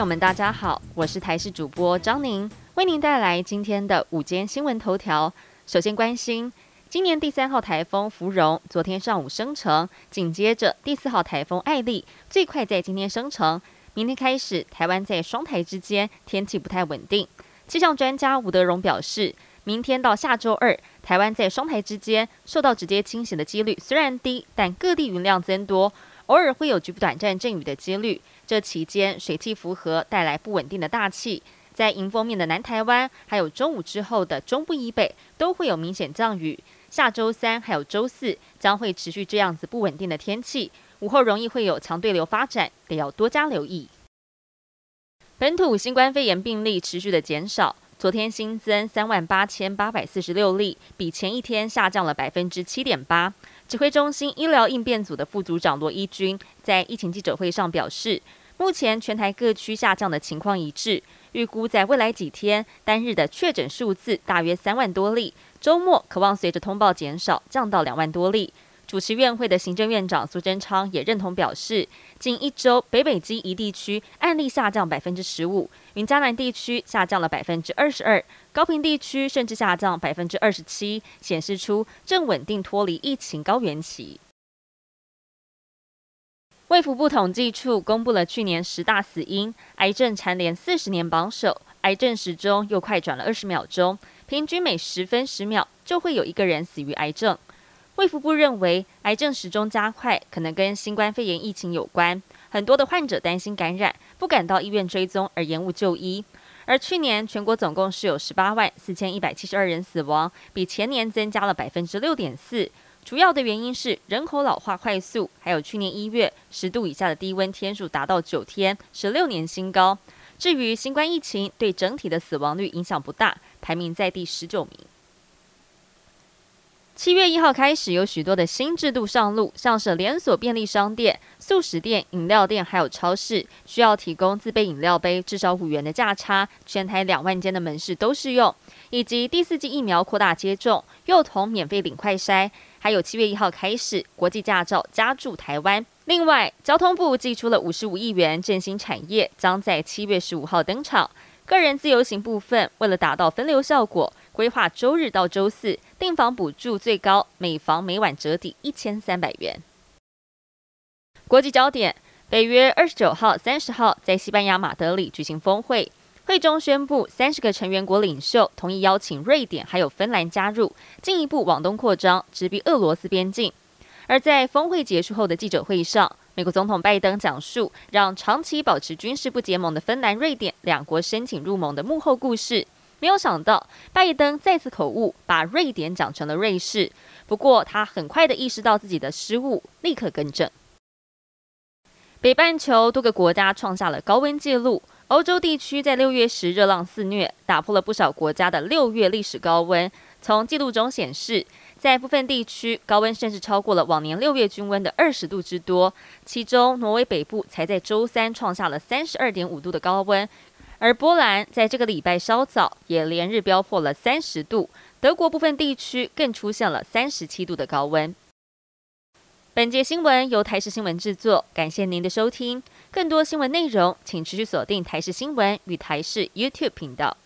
友们，大家好，我是台视主播张宁，为您带来今天的午间新闻头条。首先关心，今年第3号台风芙蓉昨天上午生成，紧接着第4号台风艾丽最快在今天生成。明天开始，台湾在双台之间天气不太稳定。气象专家吴德荣表示，明天到下周2，台湾在双台之间受到直接侵袭的几率虽然低，但各地云量增多，偶尔会有局部短暂阵雨的几率。这期间水汽符合，带来不稳定的大气，在迎风面的南台湾，还有中午之后的中部以北都会有明显降雨。下周3还有周4将会持续这样子不稳定的天气，午后容易会有强对流发展，得要多加留意。本土新冠肺炎病例持续的减少，昨天新增38846例，比前一天下降了7.8%。指挥中心医疗应变组的副组长罗一军在疫情记者会上表示，目前全台各区下降的情况一致，预估在未来几天单日的确诊数字大约3万多例，周末可望随着通报减少降到2万多例。主持院会的行政院长苏贞昌也认同表示，近1周北基宜地区案例下降15%，云嘉南地区下降了22%，高屏地区甚至下降27%，显示出正稳定脱离疫情高原期。卫福部统计处公布了去年10大死因，癌症蝉联40年榜首，癌症时钟又快转了20秒钟，平均每10分10秒就会有1个人死于癌症。卫福部认为，癌症时钟加快可能跟新冠肺炎疫情有关，很多的患者担心感染，不敢到医院追踪而延误就医。而去年全国总共是有184172人死亡，比前年增加了6.4%。主要的原因是人口老化快速，还有去年1月10度以下的低温天数达到9天，16年新高。至于新冠疫情对整体的死亡率影响不大，排名在第19名。7月1号开始，有许多的新制度上路，像是连锁便利商店、速食店、饮料店还有超市，需要提供自备饮料杯至少5元的价差，全台2万间的门市都适用，以及第4剂疫苗扩大接种，幼童免费领快筛，还有7月1号开始，国际驾照加注台湾。另外，交通部祭出了55亿元振兴产业，将在7月15号登场。个人自由行部分，为了达到分流效果，规划周日到周4订房补助最高每房每晚折抵1300元。国际焦点，北约29号、30号在西班牙马德里举行峰会，会中宣布30个成员国领袖同意邀请瑞典还有芬兰加入，进一步往东扩张，直逼俄罗斯边境。而在峰会结束后的记者会上，美国总统拜登讲述让长期保持军事不结盟的芬兰、瑞典两国申请入盟的幕后故事。没有想到，拜登再次口误，把瑞典讲成了瑞士。不过，他很快的意识到自己的失误，立刻更正。北半球多个国家创下了高温纪录，欧洲地区在6月时热浪肆虐，打破了不少国家的6月历史高温。从记录中显示，在部分地区高温甚至超过了往年6月均温的20度之多，其中挪威北部才在周3创下了32.5度的高温。而波兰在这个礼拜稍早也连日飙破了30度，德国部分地区更出现了37度的高温。本节新闻由台视新闻制作，感谢您的收听。更多新闻内容，请持续锁定台视新闻与台视 YouTube 频道。